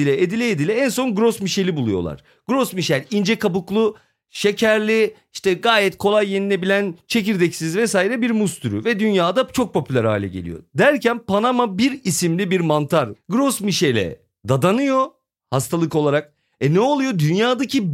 Speaker 2: edile en son Gros Michel'i buluyorlar. Gros Michel ince kabuklu, şekerli, işte gayet kolay yenilebilen, çekirdeksiz vesaire bir muz türü ve dünyada çok popüler hale geliyor. Derken Panama 1 isimli bir mantar Gros Michel'e dadanıyor hastalık olarak. Ne oluyor? Dünyadaki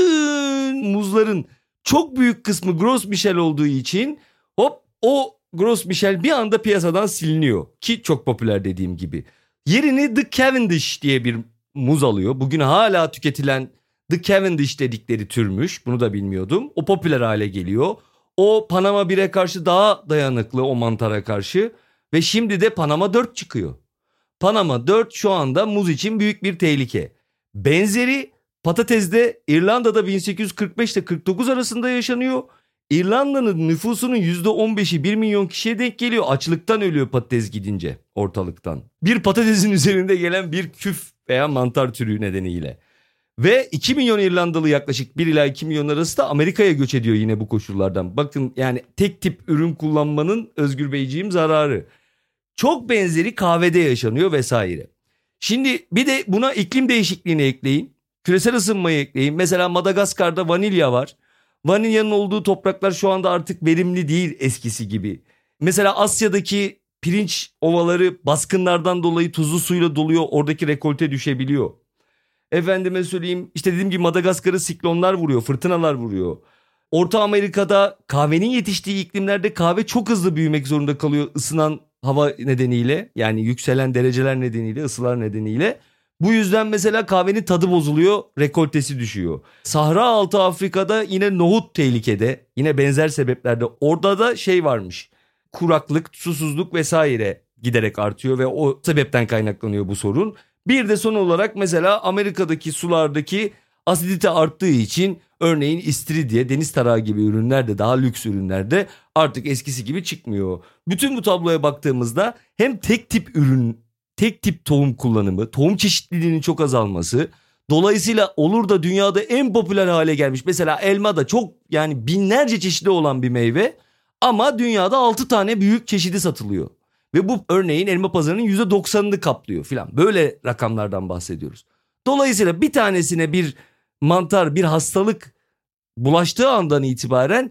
Speaker 2: bütün muzların çok büyük kısmı Gros Michel olduğu için hop, o Gros Michel bir anda piyasadan siliniyor ki çok popüler dediğim gibi. Yerini The Cavendish diye bir muz alıyor. Bugün hala tüketilen The Cavendish dedikleri türmüş. Bunu da bilmiyordum. O popüler hale geliyor. O Panama 1'e karşı daha dayanıklı, o mantara karşı. Ve şimdi de Panama 4 çıkıyor. Panama 4 şu anda muz için büyük bir tehlike. Benzeri patatesde İrlanda'da 1845 ile 49 arasında yaşanıyor. İrlanda'nın nüfusunun %15'i 1 milyon kişiye denk geliyor. Açlıktan ölüyor patates gidince ortalıktan. Bir patatesin üzerinde gelen bir küf veya mantar türü nedeniyle. Ve 2 milyon İrlandalı yaklaşık 1 ila 2 milyon arası da Amerika'ya göç ediyor yine bu koşullardan. Bakın yani tek tip ürün kullanmanın, Özgür Beyciğim, zararı. Çok benzeri kahvede yaşanıyor vesaire. Şimdi bir de buna iklim değişikliğini ekleyin. Küresel ısınmayı ekleyin. Mesela Madagaskar'da vanilya var. Vanilyanın olduğu topraklar şu anda artık verimli değil eskisi gibi. Mesela Asya'daki pirinç ovaları baskınlardan dolayı tuzlu suyla doluyor. Oradaki rekolte düşebiliyor. Efendime söyleyeyim, işte dediğim gibi Madagaskar'ı siklonlar vuruyor, fırtınalar vuruyor. Orta Amerika'da kahvenin yetiştiği iklimlerde kahve çok hızlı büyümek zorunda kalıyor ısınan hava nedeniyle. Yani yükselen dereceler nedeniyle, ısılar nedeniyle. Bu yüzden mesela kahvenin tadı bozuluyor, rekoltesi düşüyor. Sahra altı Afrika'da yine nohut tehlikede. Yine benzer sebeplerde. Orada da şey varmış. Kuraklık, susuzluk vesaire giderek artıyor ve o sebepten kaynaklanıyor bu sorun. Bir de son olarak mesela Amerika'daki sulardaki asidite arttığı için örneğin istiridye, deniz tarağı gibi ürünler de, daha lüks ürünler de artık eskisi gibi çıkmıyor. Bütün bu tabloya baktığımızda hem tek tip ürün, tek tip tohum kullanımı, tohum çeşitliliğinin çok azalması, dolayısıyla olur da dünyada en popüler hale gelmiş. Mesela elma da çok, yani binlerce çeşidi olan bir meyve ama dünyada 6 tane büyük çeşidi satılıyor. Ve bu örneğin elma pazarının %90'ını kaplıyor filan. Böyle rakamlardan bahsediyoruz. Dolayısıyla bir tanesine bir mantar, bir hastalık bulaştığı andan itibaren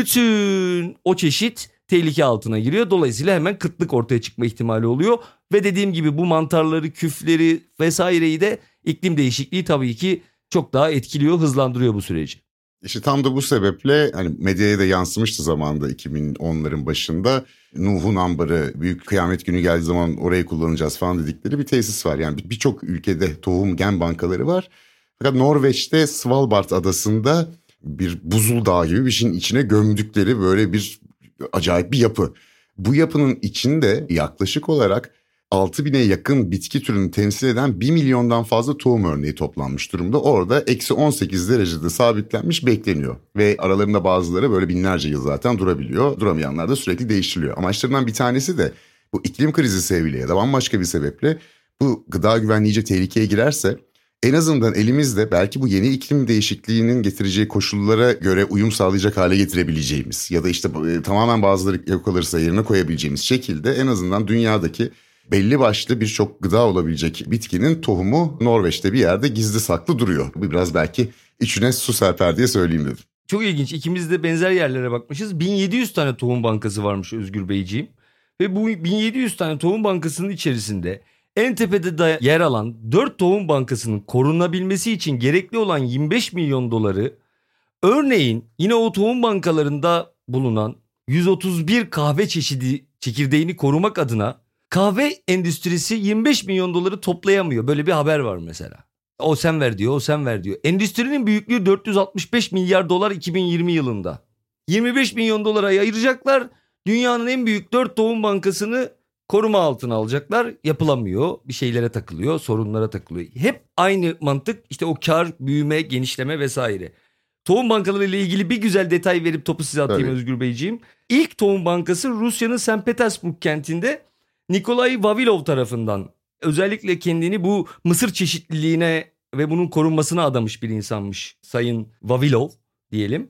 Speaker 2: bütün o çeşit tehlike altına giriyor. Dolayısıyla hemen kıtlık ortaya çıkma ihtimali oluyor. Ve dediğim gibi bu mantarları, küfleri vesaireyi de iklim değişikliği tabii ki çok daha etkiliyor, hızlandırıyor bu süreci.
Speaker 1: İşte tam da bu sebeple hani medyaya da yansımıştı zamanında 2010'ların başında. Nuh'un ambarı, büyük kıyamet günü geldiği zaman orayı kullanacağız falan dedikleri bir tesis var. Yani birçok ülkede tohum gen bankaları var. Fakat Norveç'te Svalbard adasında bir buzul dağı gibi bir şeyin içine gömdükleri böyle bir acayip bir yapı. Bu yapının içinde yaklaşık olarak 6.000'e yakın bitki türünü temsil eden 1 milyondan fazla tohum örneği toplanmış durumda. Orada eksi 18 derecede sabitlenmiş bekleniyor. Ve aralarında bazıları böyle binlerce yıl zaten durabiliyor. Duramayanlar da sürekli değiştiriliyor. Amaçlarından bir tanesi de bu iklim krizi sebebiyle ya da bambaşka bir sebeple bu gıda güvenliği iyice tehlikeye girerse en azından elimizde belki bu yeni iklim değişikliğinin getireceği koşullara göre uyum sağlayacak hale getirebileceğimiz ya da işte tamamen bazıları yok kalırsa yerine koyabileceğimiz şekilde en azından dünyadaki belli başlı birçok gıda olabilecek bitkinin tohumu Norveç'te bir yerde gizli saklı duruyor. Bu biraz belki içine su serper diye söyleyeyim dedim.
Speaker 2: Çok ilginç. İkimiz de benzer yerlere bakmışız. 1700 tane tohum bankası varmış Özgür Beyciğim. Ve bu 1700 tane tohum bankasının içerisinde en tepede de yer alan 4 tohum bankasının korunabilmesi için gerekli olan 25 milyon doları örneğin yine o tohum bankalarında bulunan 131 kahve çeşidi çekirdeğini korumak adına kahve endüstrisi 25 milyon doları toplayamıyor. Böyle bir haber var mesela. O sen ver diyor, o sen ver diyor. Endüstrinin büyüklüğü 465 milyar dolar 2020 yılında. 25 milyon dolara ayıracaklar. Dünyanın en büyük 4 tohum bankasını koruma altına alacaklar. Yapılamıyor. Bir şeylere takılıyor, sorunlara takılıyor. Hep aynı mantık. İşte o kar, büyüme, genişleme vesaire. Tohum bankaları ile ilgili bir güzel detay verip topu size atayım Özgür Beyciğim. İlk tohum bankası Rusya'nın St. Petersburg kentinde Nikolay Vavilov tarafından özellikle kendini bu mısır çeşitliliğine ve bunun korunmasına adamış bir insanmış Sayın Vavilov diyelim.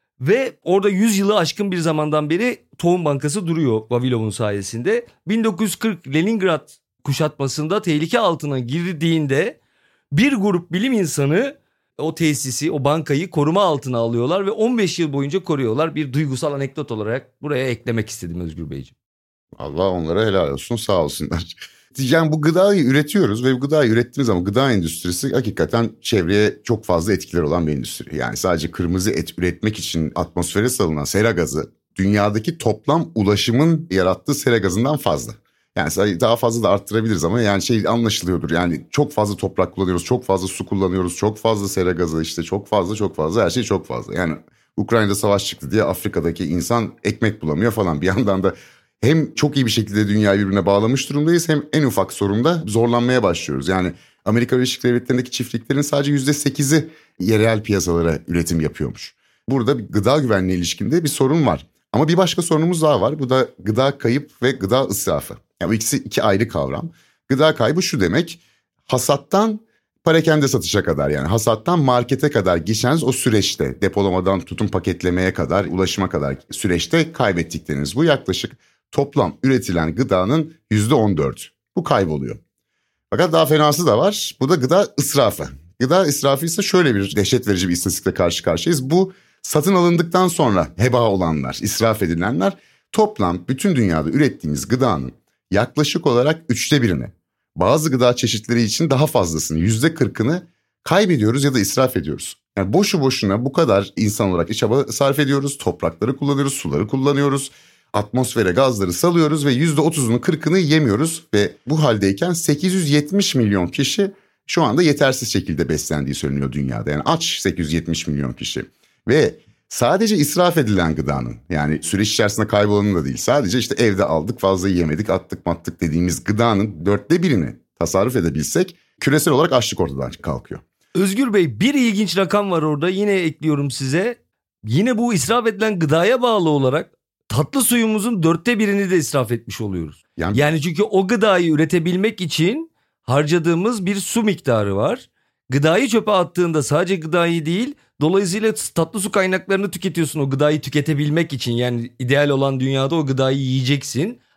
Speaker 2: Ve orada 100 yılı aşkın bir zamandan beri tohum bankası duruyor Vavilov'un sayesinde. 1940 Leningrad kuşatmasında tehlike altına girdiğinde bir grup bilim insanı o tesisi, o bankayı koruma altına alıyorlar ve 15 yıl boyunca koruyorlar. Bir duygusal anekdot olarak buraya eklemek istedim Özgür Beyciğim.
Speaker 1: Allah onlara helal olsun, sağ olsunlar. Yani bu gıdayı üretiyoruz ve bu gıdayı ürettiğimiz zaman gıda endüstrisi hakikaten çevreye çok fazla etkileri olan bir endüstri. Yani sadece kırmızı et üretmek için atmosfere salınan sera gazı dünyadaki toplam ulaşımın yarattığı sera gazından fazla. Yani daha fazla da arttırabiliriz ama yani şey anlaşılıyordur. Yani çok fazla toprak kullanıyoruz, çok fazla su kullanıyoruz, çok fazla sera gazı işte çok fazla her şey çok fazla. Yani Ukrayna'da savaş çıktı diye Afrika'daki insan ekmek bulamıyor falan. Bir yandan da hem çok iyi bir şekilde dünyayı birbirine bağlamış durumdayız hem en ufak sorunda zorlanmaya başlıyoruz. Yani Amerika Birleşik Devletleri'ndeki çiftliklerin sadece %8'i yerel piyasalara üretim yapıyormuş. Burada bir gıda güvenliği ilişkinde bir sorun var. Ama bir başka sorunumuz daha var. Bu da gıda kayıp ve gıda israfı. Yani bu ikisi iki ayrı kavram. Gıda kaybı şu demek: hasattan perakende satışa kadar, yani hasattan markete kadar geçeniz o süreçte, depolamadan tutun paketlemeye kadar, ulaşıma kadar süreçte kaybettikleriniz. Bu yaklaşık toplam üretilen gıdanın %14. Bu kayboluyor. Fakat daha fenası da var. Bu da gıda israfı. Gıda israfı ise şöyle bir dehşet verici bir istatistikle karşı karşıyayız. Bu satın alındıktan sonra heba olanlar, israf edilenler toplam bütün dünyada ürettiğimiz gıdanın yaklaşık olarak 1/3'ine, bazı gıda çeşitleri için daha fazlasını, %40'ını kaybediyoruz ya da israf ediyoruz. Yani boşu boşuna bu kadar insan olarak çaba sarf ediyoruz, toprakları kullanıyoruz, suları kullanıyoruz, atmosfere gazları salıyoruz ve %30'unu 40'ını yemiyoruz ve bu haldeyken 870 milyon kişi şu anda yetersiz şekilde beslendiği söyleniyor dünyada. Yani aç 870 milyon kişi ve sadece israf edilen gıdanın, yani süreç içerisinde kaybolanın da değil, sadece işte evde aldık fazla yiyemedik attık mattık dediğimiz gıdanın 1/4'ini tasarruf edebilsek küresel olarak açlık ortadan kalkıyor.
Speaker 2: Özgür Bey, bir ilginç rakam var orada, yine ekliyorum size. Yine bu israf edilen gıdaya bağlı olarak tatlı suyumuzun 1/4'ini de israf etmiş oluyoruz. Yani çünkü o gıdayı üretebilmek için harcadığımız bir su miktarı var. Gıdayı çöpe attığında sadece gıdayı değil, dolayısıyla tatlı su kaynaklarını tüketiyorsun o gıdayı tüketebilmek için. Yani ideal olan dünyada o gıdayı yiyeceksin.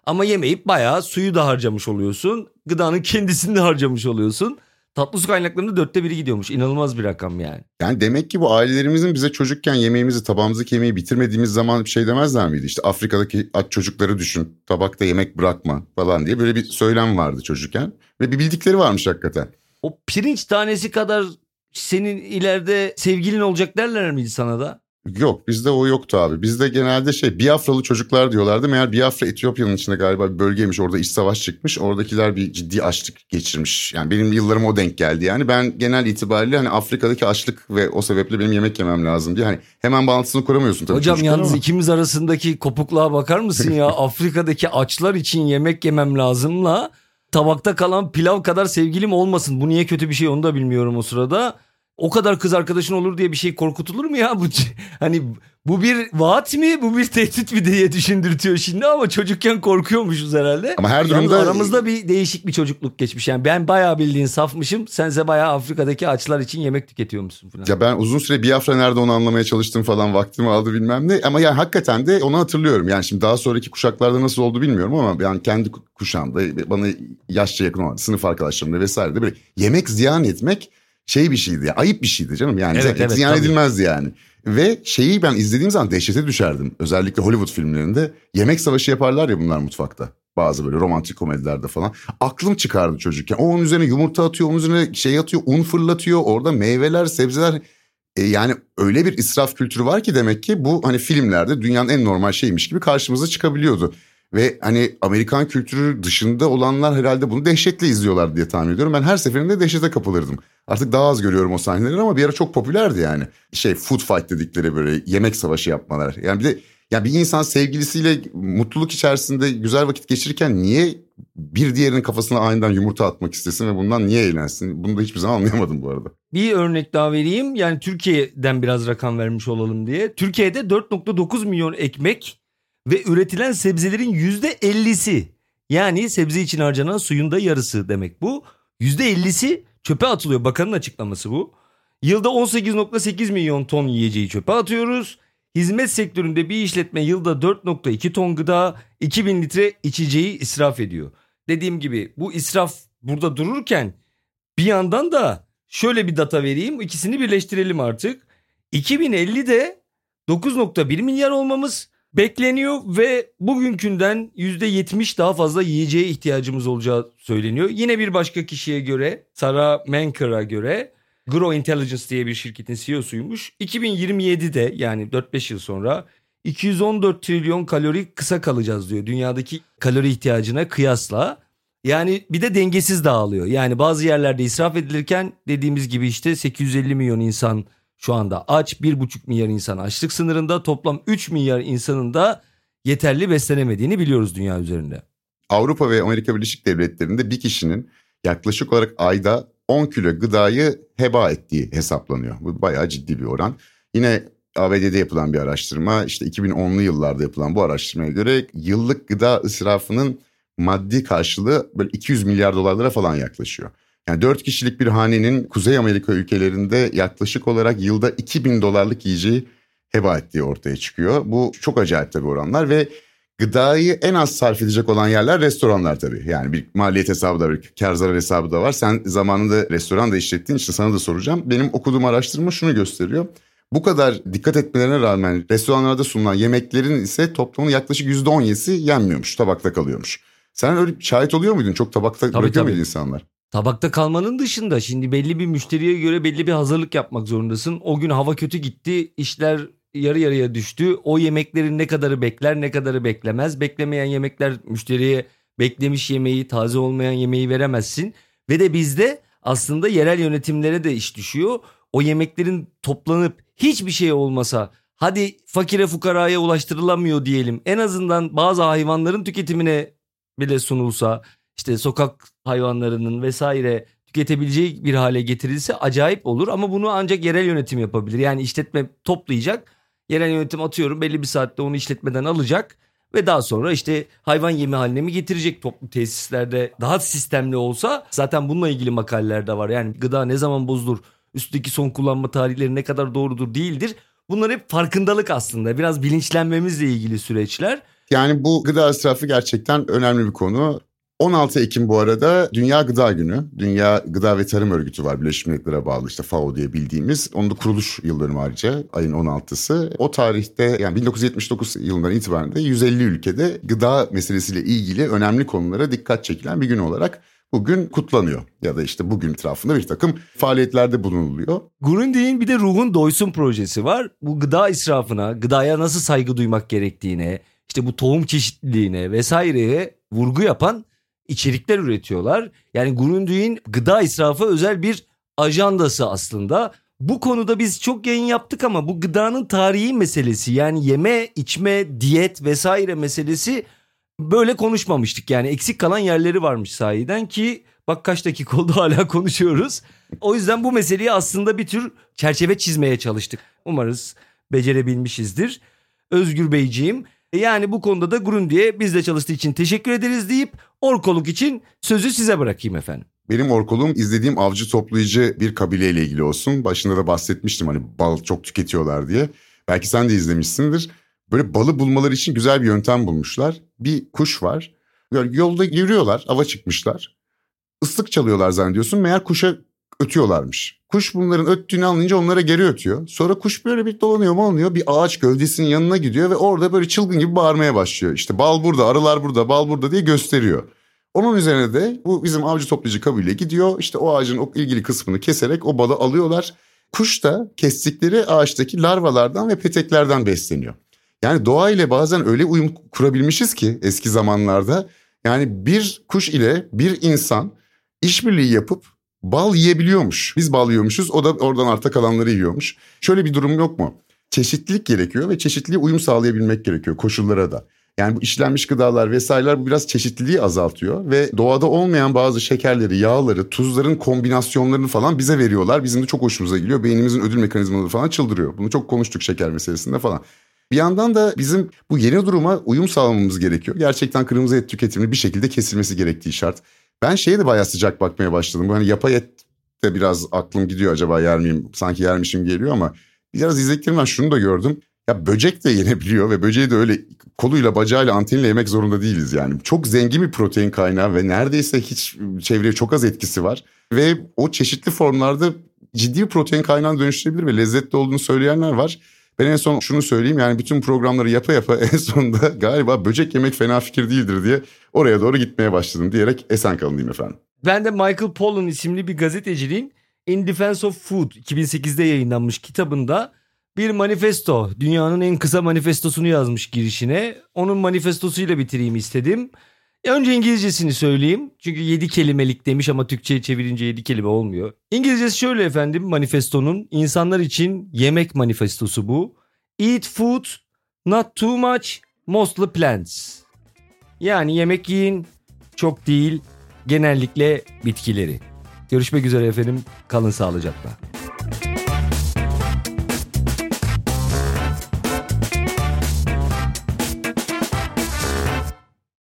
Speaker 2: Ama yemeyip bayağı suyu da harcamış oluyorsun. Gıdanın kendisini de harcamış oluyorsun. Tatlı su kaynaklarının 1/4 gidiyormuş. İnanılmaz bir rakam yani.
Speaker 1: Yani demek ki bu ailelerimizin bize çocukken yemeğimizi, tabağımızdaki yemeği bitirmediğimiz zaman bir şey demezler miydi? İşte Afrika'daki aç çocukları düşün, tabakta yemek bırakma falan diye böyle bir söylem vardı çocukken. Ve bir bildikleri varmış hakikaten.
Speaker 2: O pirinç tanesi kadar senin ileride sevgilin olacak derler miydi sana da?
Speaker 1: Yok, bizde o yoktu abi. Bizde genelde Biafralı çocuklar diyorlardı. Meğer Biafra Etiyopya'nın içinde galiba bir bölgeymiş. Orada iç savaş çıkmış. Oradakiler bir ciddi açlık geçirmiş. Yani benim yıllarıma o denk geldi yani. Ben genel itibariyle hani Afrika'daki açlık ve o sebeple benim yemek yemem lazım diye. Hani hemen bağlantısını kuramıyorsun tabii.
Speaker 2: Hocam yalnız
Speaker 1: ama
Speaker 2: ikimiz arasındaki kopukluğa bakar mısın ya? Afrika'daki açlar için yemek yemem lazımla tabakta kalan pilav kadar sevgilim olmasın. Bu niye kötü bir şey onu da bilmiyorum o sırada. O kadar kız arkadaşın olur diye bir şey korkutulur mu ya? Hani bu bir vaat mi, bu bir tehdit mi diye düşündürtüyor şimdi ama çocukken korkuyormuşuz herhalde.
Speaker 1: Ama her
Speaker 2: Yalnız
Speaker 1: durumda
Speaker 2: aramızda bir değişik bir çocukluk geçmiş. Yani ben bayağı bildiğin safmışım. Sense bayağı Afrika'daki açlar için yemek tüketiyormuşsun falan.
Speaker 1: Ya ben uzun süre Biafra nerede onu anlamaya çalıştım falan, vaktimi aldı bilmem ne. Ama yani hakikaten de onu hatırlıyorum. Yani şimdi daha sonraki kuşaklarda nasıl oldu bilmiyorum ama yani kendi kuşağımda bana yaşça yakın olan sınıf arkadaşlarımda vesaire de böyle yemek ziyan etmek bir şeydi ya, ayıp bir şeydi canım yani.
Speaker 2: Evet,
Speaker 1: ziyan
Speaker 2: tabii.
Speaker 1: edilmezdi yani. Ve ben izlediğim zaman dehşete düşerdim. Özellikle Hollywood filmlerinde yemek savaşı yaparlar ya bunlar mutfakta. Bazı böyle romantik komedilerde falan. Aklım çıkardı çocukken. O onun üzerine yumurta atıyor, onun üzerine atıyor, un fırlatıyor. Orada meyveler, sebzeler. Yani öyle bir israf kültürü var ki demek ki bu hani filmlerde dünyanın en normal şeymiş gibi karşımıza çıkabiliyordu. Ve hani Amerikan kültürü dışında olanlar herhalde bunu dehşetle izliyorlar diye tahmin ediyorum. Ben her seferinde dehşete kapılırdım. Artık daha az görüyorum o sahneleri ama bir ara çok popülerdi yani. Food fight dedikleri böyle yemek savaşı yapmalar. Yani bir de bir insan sevgilisiyle mutluluk içerisinde güzel vakit geçirirken niye bir diğerinin kafasına aniden yumurta atmak istesin ve bundan niye eğlensin? Bunu da hiçbir zaman anlayamadım bu arada.
Speaker 2: Bir örnek daha vereyim. Yani Türkiye'den biraz rakam vermiş olalım diye. Türkiye'de 4,9 milyon ekmek ve üretilen sebzelerin %50'si, yani sebze için harcanan suyun da yarısı demek bu. %50'si çöpe atılıyor. Bakanın açıklaması bu. Yılda 18,8 milyon ton yiyeceği çöpe atıyoruz. Hizmet sektöründe bir işletme yılda 4,2 ton gıda, 2000 litre içeceği israf ediyor. Dediğim gibi bu israf burada dururken bir yandan da şöyle bir data vereyim. İkisini birleştirelim artık. 2050'de 9,1 milyar olmamız bekleniyor ve bugünkünden %70 daha fazla yiyeceğe ihtiyacımız olacağı söyleniyor. Yine bir başka kişiye göre, Sarah Manker'a göre, Grow Intelligence diye bir şirketin CEO'suymuş. 2027'de yani 4-5 yıl sonra 214 trilyon kalori kısa kalacağız diyor dünyadaki kalori ihtiyacına kıyasla. Yani bir de dengesiz dağılıyor. Yani bazı yerlerde israf edilirken dediğimiz gibi 850 milyon insan şu anda aç, 1,5 milyar insan açlık sınırında, toplam 3 milyar insanın da yeterli beslenemediğini biliyoruz dünya üzerinde.
Speaker 1: Avrupa ve Amerika Birleşik Devletleri'nde bir kişinin yaklaşık olarak ayda 10 kilo gıdayı heba ettiği hesaplanıyor. Bu bayağı ciddi bir oran. Yine ABD'de yapılan bir araştırma, 2010'lu yıllarda yapılan bu araştırmaya göre yıllık gıda israfının maddi karşılığı böyle 200 milyar dolarlara falan yaklaşıyor. Yani 4 kişilik bir hanenin Kuzey Amerika ülkelerinde yaklaşık olarak yılda 2.000 dolarlık yiyeceği heba ettiği ortaya çıkıyor. Bu çok acayip tabii oranlar ve gıdayı en az sarf edecek olan yerler restoranlar tabii. Yani bir maliyet hesabı da, bir kar zarar hesabı da var. Sen zamanında restoran da işlettiğin için sana da soracağım. Benim okuduğum araştırma şunu gösteriyor. Bu kadar dikkat etmelerine rağmen restoranlarda sunulan yemeklerin ise toplamın yaklaşık %17'si yenmiyormuş, tabakta kalıyormuş. Sen öyle şahit oluyor muydun? Çok tabakta bırakıyor muydu insanlar?
Speaker 2: Tabakta kalmanın dışında şimdi belli bir müşteriye göre belli bir hazırlık yapmak zorundasın. O gün hava kötü gitti, işler yarı yarıya düştü. O yemeklerin ne kadarı bekler, ne kadarı beklemez. Beklemeyen yemekler, müşteriye beklemiş yemeği, taze olmayan yemeği veremezsin. Ve de bizde aslında yerel yönetimlere de iş düşüyor. O yemeklerin toplanıp hiçbir şey olmasa, hadi fakire fukaraya ulaştırılamıyor diyelim, en azından bazı hayvanların tüketimine bile sunulsa, sokak hayvanlarının vesaire tüketebileceği bir hale getirilse acayip olur. Ama bunu ancak yerel yönetim yapabilir. Yani işletme toplayacak, yerel yönetim atıyorum belli bir saatte onu işletmeden alacak ve daha sonra hayvan yemi haline mi getirecek, toplu tesislerde daha sistemli olsa. Zaten bununla ilgili makaleler de var. Yani gıda ne zaman bozulur, üstteki son kullanma tarihleri ne kadar doğrudur değildir. Bunlar hep farkındalık aslında, biraz bilinçlenmemizle ilgili süreçler.
Speaker 1: Yani bu gıda israfı gerçekten önemli bir konu. 16 Ekim bu arada Dünya Gıda Günü. Dünya Gıda ve Tarım Örgütü var, Birleşmiş Milletler'e bağlı, işte FAO diye bildiğimiz. Onun da kuruluş yılları ayrıca ayın 16'sı. O tarihte, yani 1979 yılından itibaren de 150 ülkede gıda meselesiyle ilgili önemli konulara dikkat çekilen bir gün olarak bugün kutlanıyor. Ya da işte bugün etrafında bir takım faaliyetlerde bulunuluyor.
Speaker 2: Grundig'in bir de Ruhun Doysun projesi var. Bu gıda israfına, gıdaya nasıl saygı duymak gerektiğine, işte bu tohum çeşitliliğine vesaireye vurgu yapan içerikler üretiyorlar. Yani Grundig'in gıda israfı özel bir ajandası aslında. Bu konuda biz çok yayın yaptık ama bu gıdanın tarihi meselesi, yani yeme, içme, diyet vesaire meselesi böyle konuşmamıştık. Yani eksik kalan yerleri varmış sahiden ki bak kaç dakika oldu hala konuşuyoruz. O yüzden bu meseleyi aslında bir tür çerçeve çizmeye çalıştık. Umarız becerebilmişizdir. Özgür Beyciğim, yani bu konuda da Grundig'e bizle çalıştığı için teşekkür ederiz deyip orkoluk için sözü size bırakayım efendim.
Speaker 1: Benim orkoluğum izlediğim avcı toplayıcı bir kabileyle ilgili olsun. Başında da bahsetmiştim hani bal çok tüketiyorlar diye. Belki sen de izlemişsindir. Böyle balı bulmaları için güzel bir yöntem bulmuşlar. Bir kuş var. Böyle yolda yürüyorlar, ava çıkmışlar. Islık çalıyorlar zannediyorsun. Meğer kuşa ötüyorlarmış. Kuş bunların öttüğünü anlayınca onlara geri ötüyor. Sonra kuş böyle bir dolanıyor, bir ağaç gövdesinin yanına gidiyor ve orada böyle çılgın gibi bağırmaya başlıyor. İşte bal burada, arılar burada, bal burada diye gösteriyor. Onun üzerine de bu bizim avcı toplayıcı kabile gidiyor. İşte o ağacın o ilgili kısmını keserek o balı alıyorlar. Kuş da kestikleri ağaçtaki larvalardan ve peteklerden besleniyor. Yani doğa ile bazen öyle uyum kurabilmişiz ki eski zamanlarda. Yani bir kuş ile bir insan işbirliği yapıp bal yiyebiliyormuş. Biz bal yiyormuşuz, o da oradan arta kalanları yiyormuş. Şöyle bir durum yok mu? Çeşitlilik gerekiyor ve çeşitliliğe uyum sağlayabilmek gerekiyor koşullara da. Yani bu işlenmiş gıdalar vesaireler bu biraz çeşitliliği azaltıyor ve doğada olmayan bazı şekerleri, yağları, tuzların kombinasyonlarını falan bize veriyorlar. Bizim de çok hoşumuza gidiyor. Beynimizin ödül mekanizmaları falan çıldırıyor. Bunu çok konuştuk şeker meselesinde falan. Bir yandan da bizim bu yeni duruma uyum sağlamamız gerekiyor. Gerçekten kırmızı et tüketiminin bir şekilde kesilmesi gerektiği şart. Ben şeye de bayağı sıcak bakmaya başladım. Hani yapay et de biraz aklım gidiyor, acaba yer miyim? Sanki yermişim geliyor ama biraz izlediklerimden şunu da gördüm. Ya böcek de yenebiliyor ve böceği de öyle koluyla, bacağıyla, anteniyle yemek zorunda değiliz yani. Çok zengin bir protein kaynağı ve neredeyse hiç çevreye çok az etkisi var. Ve o çeşitli formlarda ciddi bir protein kaynağına dönüştürebilir ve lezzetli olduğunu söyleyenler var. Ben en son şunu söyleyeyim, yani bütün programları yapa en sonunda galiba böcek yemek fena fikir değildir diye oraya doğru gitmeye başladım diyerek esen kalın diyeyim efendim.
Speaker 2: Ben de Michael Pollan isimli bir gazetecinin In Defense of Food 2008'de yayınlanmış kitabında bir manifesto, dünyanın en kısa manifestosunu yazmış girişine. Onun manifestosuyla bitireyim istedim. Önce İngilizcesini söyleyeyim. Çünkü 7 kelimelik demiş ama Türkçe'ye çevirince 7 kelime olmuyor. İngilizcesi şöyle efendim manifestonun. İnsanlar için yemek manifestosu bu. Eat food, not too much, mostly plants. Yani yemek yiyin, çok değil, genellikle bitkileri. Görüşmek üzere efendim, kalın sağlıcakla.